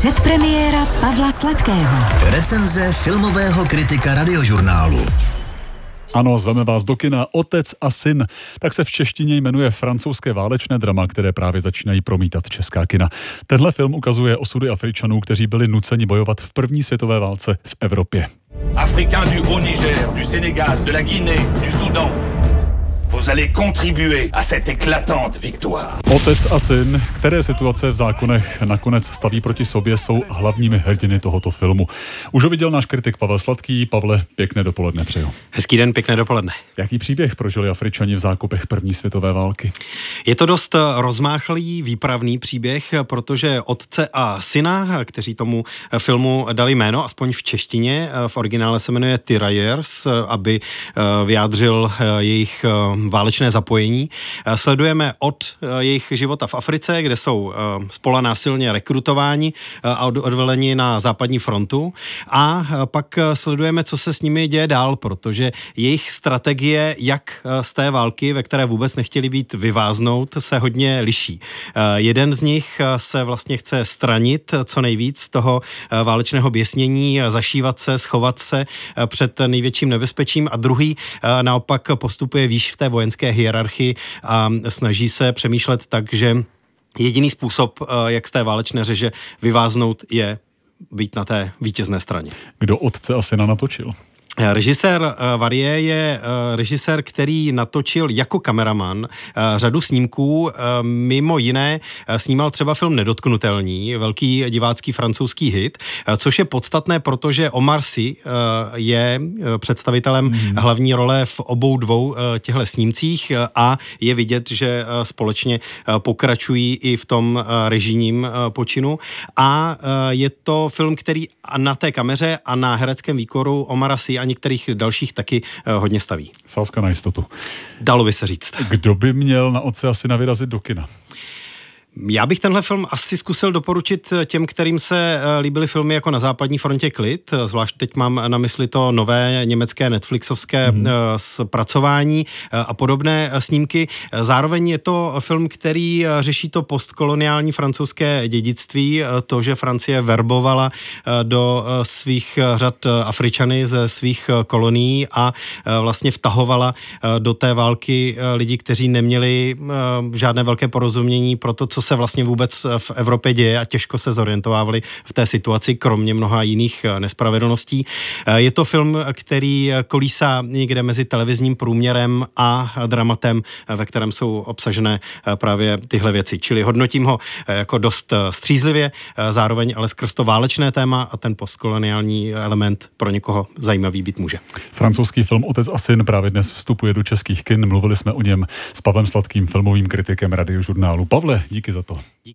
Předpremiéra Pavla Sladkého. Recenze filmového kritika Radiožurnálu. Ano, zveme vás do kina Otec a syn. Tak se v češtině jmenuje francouzské válečné drama, které právě začínají promítat česká kina. Tenhle film ukazuje osudy Afričanů, kteří byli nuceni bojovat v první světové válce v Evropě. Africains du Haut-Niger, du Sénégal, de la Guinée, du Soudan. Vous allez contribuer à cette éclatante victoire. Otec a syn, které situace v zákonech nakonec staví proti sobě, jsou hlavními hrdiny tohoto filmu. Už ho viděl náš kritik Pavel Sladký. Pavle, pěkné dopoledne přeju. Hezký den, pěkné dopoledne. Jaký příběh prožili Afričani v zákopech první světové války? Je to dost rozmáchlý, výpravný příběh, protože otce a syna, kteří tomu filmu dali jméno, aspoň v češtině, v originále se jmenuje Tirailleurs, aby vyjádřil jejich válečné zapojení. Sledujeme od jejich života v Africe, kde jsou spola násilně rekrutováni a odveleni na západní frontu, a pak sledujeme, co se s nimi děje dál, protože jejich strategie, jak z té války, ve které vůbec nechtěli být, vyváznout, se hodně liší. Jeden z nich se vlastně chce stranit co nejvíc z toho válečného běsnění, zašívat se, schovat se před největším nebezpečím, a druhý naopak postupuje výš v té vojenské hierarchii a snaží se přemýšlet tak, že jediný způsob, jak z té válečné řeže vyváznout, je být na té vítězné straně. Kdo Otce a syna natočil? Režisér Varie je režisér, který natočil jako kameraman řadu snímků. Mimo jiné snímal třeba film Nedotknutelní, velký divácký francouzský hit, což je podstatné, protože Omar Sy je představitelem hlavní role v obou dvou těchto snímcích a je vidět, že společně pokračují i v tom režijním počinu. A je to film, který na té kameře a na hereckém výkonu Omara Sy a některých dalších taky hodně staví. Sázka na jistotu. Dalo by se říct. Kdo by měl na Otce a syna vyrazit do kina? Já bych tenhle film asi zkusil doporučit těm, kterým se líbily filmy jako Na západní frontě klid, zvlášť teď mám na mysli to nové německé netflixovské zpracování a podobné snímky. Zároveň je to film, který řeší to postkoloniální francouzské dědictví, to, že Francie verbovala do svých řad Afričany ze svých kolonií a vlastně vtahovala do té války lidi, kteří neměli žádné velké porozumění pro to, co se vlastně vůbec v Evropě děje, a těžko se zorientovávali v té situaci, kromě mnoha jiných nespravedlností. Je to film, který kolísá někde mezi televizním průměrem a dramatem, ve kterém jsou obsažené právě tyhle věci. Čili hodnotím ho jako dost střízlivě, zároveň ale skrz to válečné téma a ten postkoloniální element pro někoho zajímavý být může. Francouzský film Otec a syn právě dnes vstupuje do českých kin. Mluvili jsme o něm s Pavlem Sladkým, filmovým kritikem Radiožurnálu. Pavle, díky za to.